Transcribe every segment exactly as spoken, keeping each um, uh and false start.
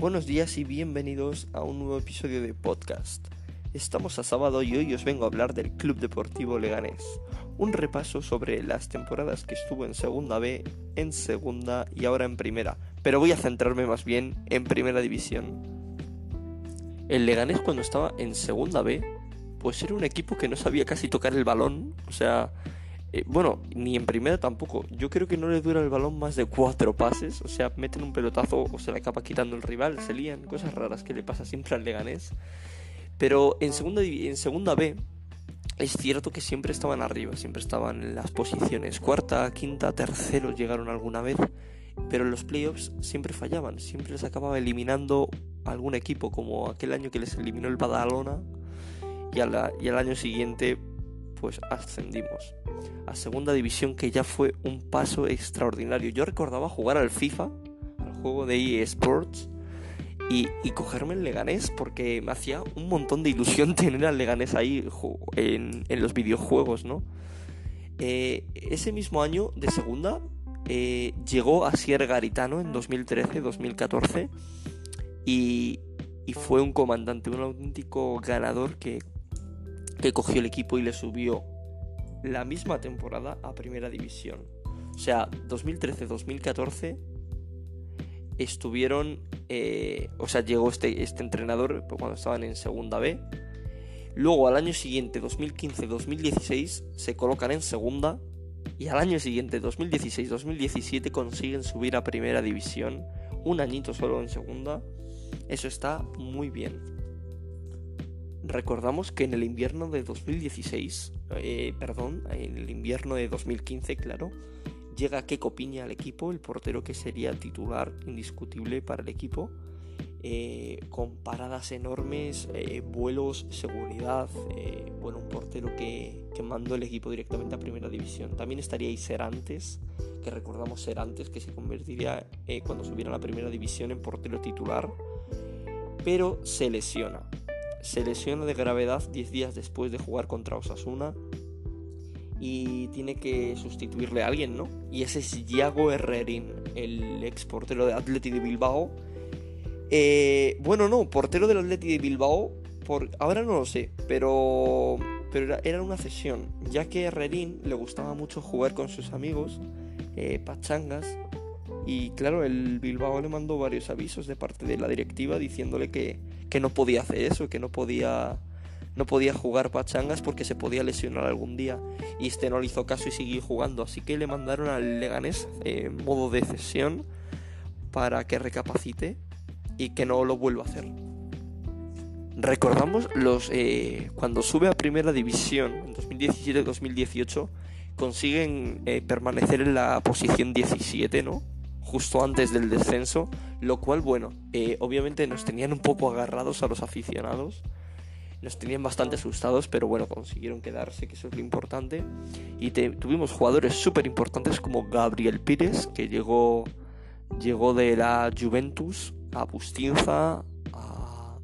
Buenos días y bienvenidos a un nuevo episodio de podcast. Estamos a sábado y hoy os vengo a hablar del Club Deportivo Leganés. Un repaso sobre las temporadas que estuvo en Segunda B, en Segunda y ahora en Primera. Pero voy a centrarme más bien en Primera División. El Leganés, cuando estaba en Segunda B, pues era un equipo que no sabía casi tocar el balón. O sea, eh, bueno, ni en Primera tampoco. Yo creo que no le dura el balón más de cuatro pases. O sea, meten un pelotazo o se le acaba quitando el rival. Se lían cosas raras que le pasa siempre al Leganés. Pero en segunda, en segunda B es cierto que siempre estaban arriba. Siempre estaban en las posiciones cuarta, quinta, tercero llegaron alguna vez. Pero en los playoffs siempre fallaban. Siempre les acababa eliminando algún equipo, como aquel año que les eliminó el Badalona. Y, a la, y al año siguiente pues ascendimos a segunda división, que ya fue un paso extraordinario. Yo recordaba jugar al FIFA, al juego de E A Sports, y, y cogerme el Leganés, porque me hacía un montón de ilusión tener al Leganés ahí en, en los videojuegos, ¿no? Eh, ese mismo año de segunda eh, llegó Asier Garitano en dos mil trece dos mil catorce y, y fue un comandante, un auténtico ganador que que cogió el equipo y le subió la misma temporada a Primera División. O sea, dos mil trece dos mil catorce estuvieron, eh, o sea, llegó este, este entrenador cuando estaban en Segunda B. Luego al año siguiente, dos mil quince dos mil dieciséis, se colocan en Segunda. Y al año siguiente, dos mil dieciséis dos mil diecisiete, consiguen subir a Primera División. Un añito solo en Segunda. Eso está muy bien. Recordamos que en el invierno de dos mil dieciséis, eh, perdón, en el invierno de dos mil quince, claro, llega Keco Piña al equipo, el portero que sería titular indiscutible para el equipo, eh, con paradas enormes, eh, vuelos, seguridad, eh, bueno, un portero que, que mandó el equipo directamente a Primera División. También estaría ahí Serantes, que recordamos Serantes, que se convertiría eh, cuando subiera a la Primera División en portero titular, pero se lesiona. Se lesiona de gravedad diez días después de jugar contra Osasuna y tiene que sustituirle a alguien, ¿no? Y ese es Iago Herrerín, el ex portero de Athletic de Bilbao. Eh, bueno, no, portero del Athletic de Bilbao, por, ahora no lo sé, pero, pero era, era una cesión, ya que a Herrerín le gustaba mucho jugar con sus amigos, eh, pachangas. Y claro, el Bilbao le mandó varios avisos de parte de la directiva diciéndole que, que no podía hacer eso, que no podía, no podía jugar pachangas porque se podía lesionar algún día. Y este no le hizo caso y siguió jugando. Así que le mandaron al Leganés en eh, modo de cesión para que recapacite y que no lo vuelva a hacer. Recordamos los eh, cuando sube a Primera División en dos mil diecisiete dos mil dieciocho, consiguen eh, permanecer en la posición diecisiete, ¿no? Justo antes del descenso, lo cual, bueno, eh, obviamente nos tenían un poco agarrados a los aficionados, nos tenían bastante asustados, pero bueno, consiguieron quedarse, que eso es lo importante. Y te, tuvimos jugadores súper importantes como Gabriel Pires, que llegó, llegó de la Juventus a Bustinza, a,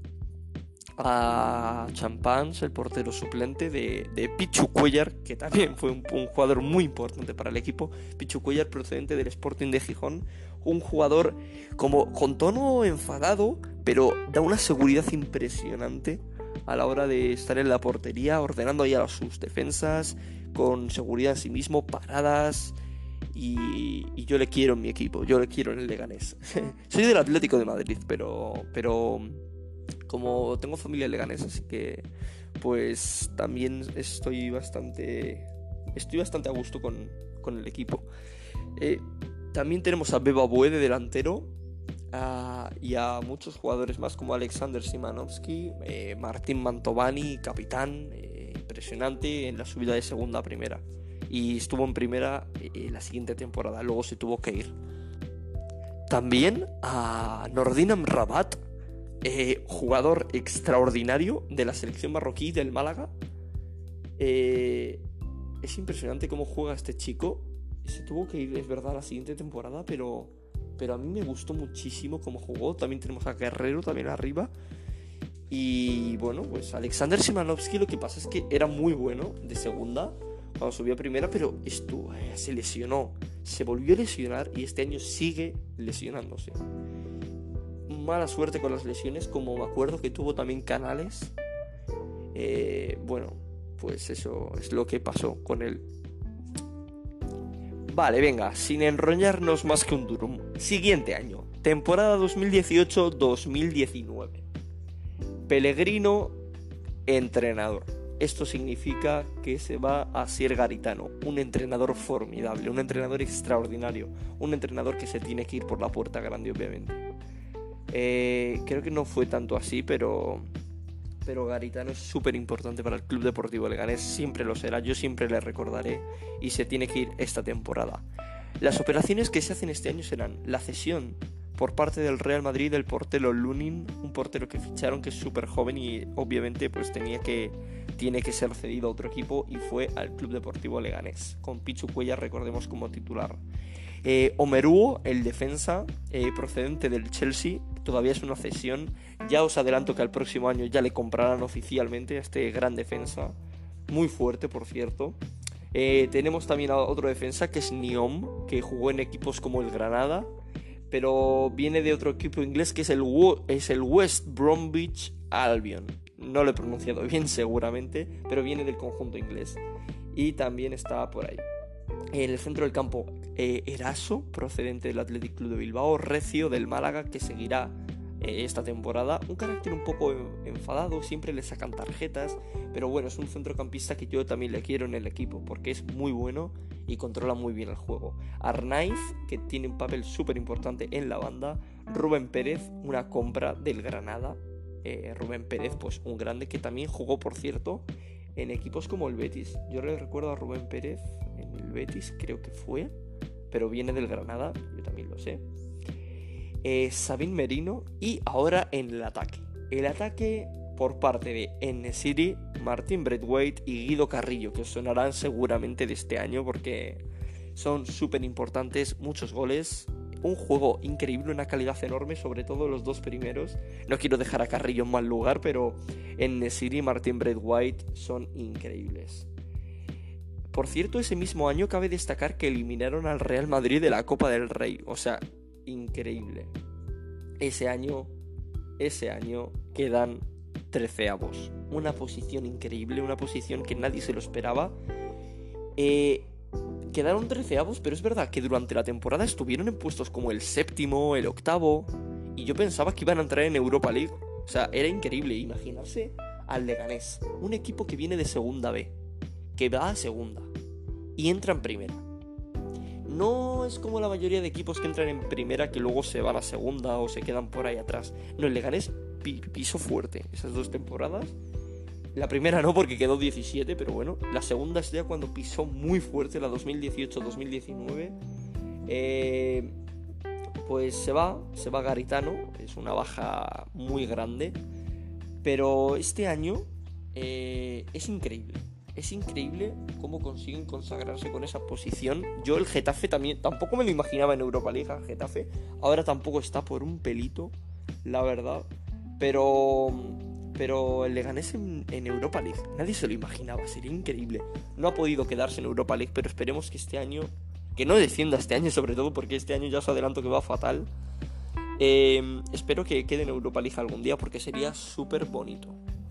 a Champans, el portero suplente de, de Pichu Cuéllar, que también fue un, un jugador muy importante para el equipo. Pichu Cuéllar, procedente del Sporting de Gijón, un jugador como con tono enfadado, pero da una seguridad impresionante a la hora de estar en la portería, ordenando ahí a sus defensas, con seguridad en sí mismo, paradas. Y, y yo le quiero en mi equipo, yo le quiero en el Leganés. Soy del Atlético de Madrid, pero pero como tengo familia en Leganés, así que pues también estoy bastante estoy bastante a gusto con, con el equipo. Eh, también tenemos a Beba Bue de delantero, a, y a muchos jugadores más como Alexander Simanovsky, eh, Martín Mantovani, capitán, eh, impresionante en la subida de segunda a primera. Y estuvo en Primera eh, la siguiente temporada, luego se tuvo que ir. También a Nordin Amrabat, eh, jugador extraordinario de la selección marroquí del Málaga. Eh, es impresionante cómo juega este chico. Se tuvo que ir, es verdad, la siguiente temporada, pero, pero a mí me gustó muchísimo cómo jugó. También tenemos a Guerrero también arriba. Y bueno, pues Alexander Simanovsky, lo que pasa es que era muy bueno de segunda cuando subió a Primera, pero estuvo, eh, se lesionó, se volvió a lesionar y este año sigue lesionándose. mala suerte con las lesiones, como me acuerdo que tuvo también Canales. Eh, bueno, pues eso es lo que pasó con él. Vale, venga, sin enrollarnos más que un durum. Siguiente año, temporada dos mil dieciocho dos mil diecinueve. Pellegrino, entrenador. Esto significa que se va a Asier Garitano, un entrenador formidable, un entrenador extraordinario, un entrenador que se tiene que ir por la puerta grande, obviamente. Eh, creo que no fue tanto así, pero, pero Garitano es súper importante para el Club Deportivo Leganés, siempre lo será, yo siempre le recordaré y se tiene que ir esta temporada. Las operaciones que se hacen este año serán la cesión por parte del Real Madrid del portero Lunin, un portero que ficharon que es súper joven y obviamente pues tenía que, tiene que ser cedido a otro equipo y fue al Club Deportivo Leganés, con Pichu Cuellar, recordemos, como titular. Eh, Omeruo, el defensa, eh, procedente del Chelsea, todavía es una cesión, ya os adelanto que al próximo año ya le comprarán oficialmente a este gran defensa, muy fuerte por cierto. Eh, tenemos también a otro defensa que es Niom, que jugó en equipos como el Granada, pero viene de otro equipo inglés que es el, es el West Bromwich Albion. No lo he pronunciado bien seguramente, pero viene del conjunto inglés. Y también está por ahí. En el centro del campo, eh, Eraso, procedente del Athletic Club de Bilbao. Recio, del Málaga, que seguirá eh, esta temporada. Un carácter un poco enfadado, siempre le sacan tarjetas, pero bueno, es un centrocampista que yo también le quiero en el equipo, porque es muy bueno y controla muy bien el juego. Arnaiz, que tiene un papel súper importante en la banda. Rubén Pérez, una compra del Granada. Eh, Rubén Pérez, pues un grande que también jugó, por cierto, en equipos como el Betis. Yo le recuerdo a Rubén Pérez en el Betis, creo que fue, pero viene del Granada, yo también lo sé. Eh, Sabin Merino, y ahora en el ataque. El ataque por parte de En-Nesyri, Martín Braithwaite y Guido Carrillo, que os sonarán seguramente de este año porque son súper importantes, muchos goles, un juego increíble, una calidad enorme, sobre todo los dos primeros. No quiero dejar a Carrillo en mal lugar, pero En-Nesyri y Martín Braithwaite son increíbles. Por cierto, ese mismo año cabe destacar que eliminaron al Real Madrid de la Copa del Rey, o sea, increíble. Ese año, ese año quedan treceavos, una posición increíble, una posición que nadie se lo esperaba. Eh, quedaron treceavos, pero es verdad que durante la temporada estuvieron en puestos como el séptimo, el octavo, y yo pensaba que iban a entrar en Europa League. O sea, era increíble imaginarse al Leganés, un equipo que viene de segunda B, que va a segunda y entra en primera. No es como la mayoría de equipos que entran en primera que luego se van a segunda o se quedan por ahí atrás. No, el Leganés piso fuerte esas dos temporadas. La primera no, porque quedó diecisiete, pero bueno, la segunda es ya cuando pisó muy fuerte, la dos mil dieciocho dos mil diecinueve. Eh, pues se va, se va Garitano, es una baja muy grande, pero este año eh, es increíble. Es increíble cómo consiguen consagrarse con esa posición. Yo el Getafe también, tampoco me lo imaginaba en Europa League, el Getafe. Ahora tampoco está por un pelito, la verdad. Pero, pero el Leganés en, en Europa League, nadie se lo imaginaba, sería increíble. No ha podido quedarse en Europa League, pero esperemos que este año, que no descienda este año sobre todo, porque este año ya os adelanto que va fatal. Eh, espero que quede en Europa League algún día, porque sería súper bonito.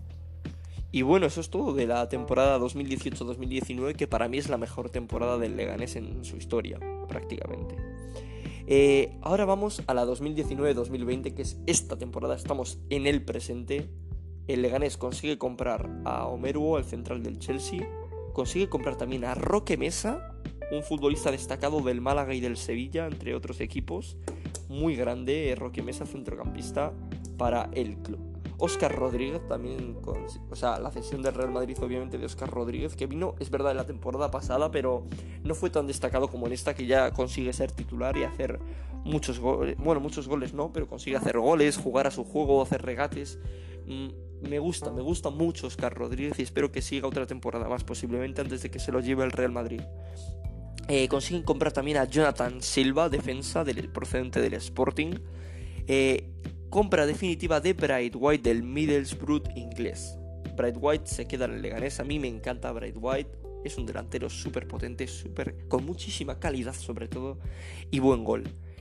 Y bueno, eso es todo de la temporada dos mil dieciocho dos mil diecinueve, que para mí es la mejor temporada del Leganés en su historia, prácticamente. Eh, ahora vamos a la dos mil diecinueve dos mil veinte, que es esta temporada, estamos en el presente. El Leganés consigue comprar a Omeruo, el central del Chelsea, consigue comprar también a Roque Mesa, un futbolista destacado del Málaga y del Sevilla, entre otros equipos, muy grande, Roque Mesa, centrocampista para el club. Óscar Rodríguez también, con, o sea, la cesión del Real Madrid obviamente de Óscar Rodríguez, que vino, es verdad, en la temporada pasada, pero no fue tan destacado como en esta, que ya consigue ser titular y hacer muchos goles, bueno, muchos goles no, pero consigue hacer goles, jugar a su juego, hacer regates. Mm, me gusta, me gusta mucho Óscar Rodríguez y espero que siga otra temporada más, posiblemente antes de que se lo lleve el Real Madrid. Eh, consiguen comprar también a Jonathan Silva, defensa del, procedente del Sporting. Eh, compra definitiva de Braithwaite del Middlesbrough inglés. Braithwaite se queda en el Leganés. A mí me encanta Braithwaite. Es un delantero súper potente, súper, con muchísima calidad sobre todo, y buen gol.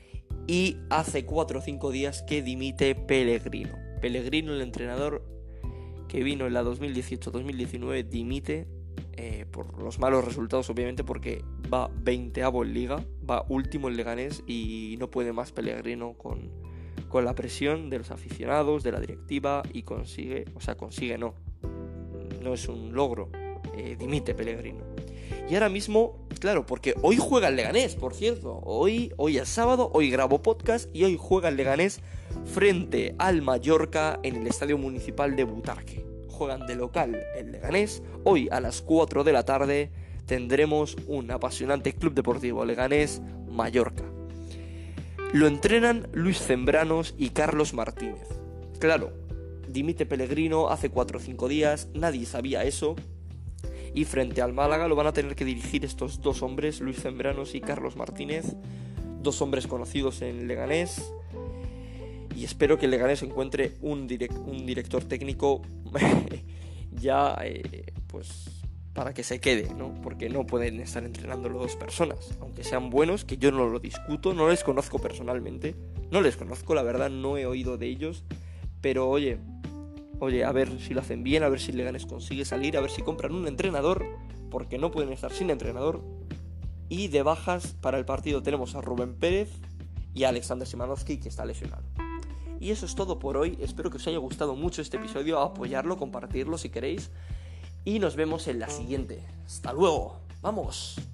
Y hace cuatro o cinco días que dimite Pellegrino. Pellegrino, el entrenador que vino en la dos mil dieciocho dos mil diecinueve, dimite eh, por los malos resultados, obviamente, porque va veinteavo en Liga, va último en Leganés y no puede más Pellegrino con, con la presión de los aficionados, de la directiva, y consigue, o sea, consigue no, no es un logro, eh, dimite Pellegrino. Y ahora mismo, claro, porque hoy juega el Leganés, por cierto, hoy, hoy es sábado, hoy grabo podcast y hoy juega el Leganés frente al Mallorca en el Estadio Municipal de Butarque. Juegan de local el Leganés. Hoy a las cuatro de la tarde tendremos un apasionante Club Deportivo Leganés Mallorca. Lo entrenan Luis Zembranos y Carlos Martínez. Claro, dimite Pellegrino hace cuatro o cinco días, nadie sabía eso. Y frente al Málaga lo van a tener que dirigir estos dos hombres, Luis Zembranos y Carlos Martínez, dos hombres conocidos en Leganés. Y espero que el Leganés encuentre un, direct, un director técnico ya eh, pues para que se quede, ¿no? Porque no pueden estar entrenando las dos personas, aunque sean buenos, que yo no lo discuto, no les conozco personalmente, no les conozco, la verdad no he oído de ellos, pero oye, oye, a ver si lo hacen bien, a ver si el Leganés consigue salir, a ver si compran un entrenador, porque no pueden estar sin entrenador. Y de bajas para el partido tenemos a Rubén Pérez y a Alexander Szymanowski, que está lesionado. Y eso es todo por hoy, espero que os haya gustado mucho este episodio, apoyarlo, compartirlo si queréis, y nos vemos en la siguiente. ¡Hasta luego! ¡Vamos!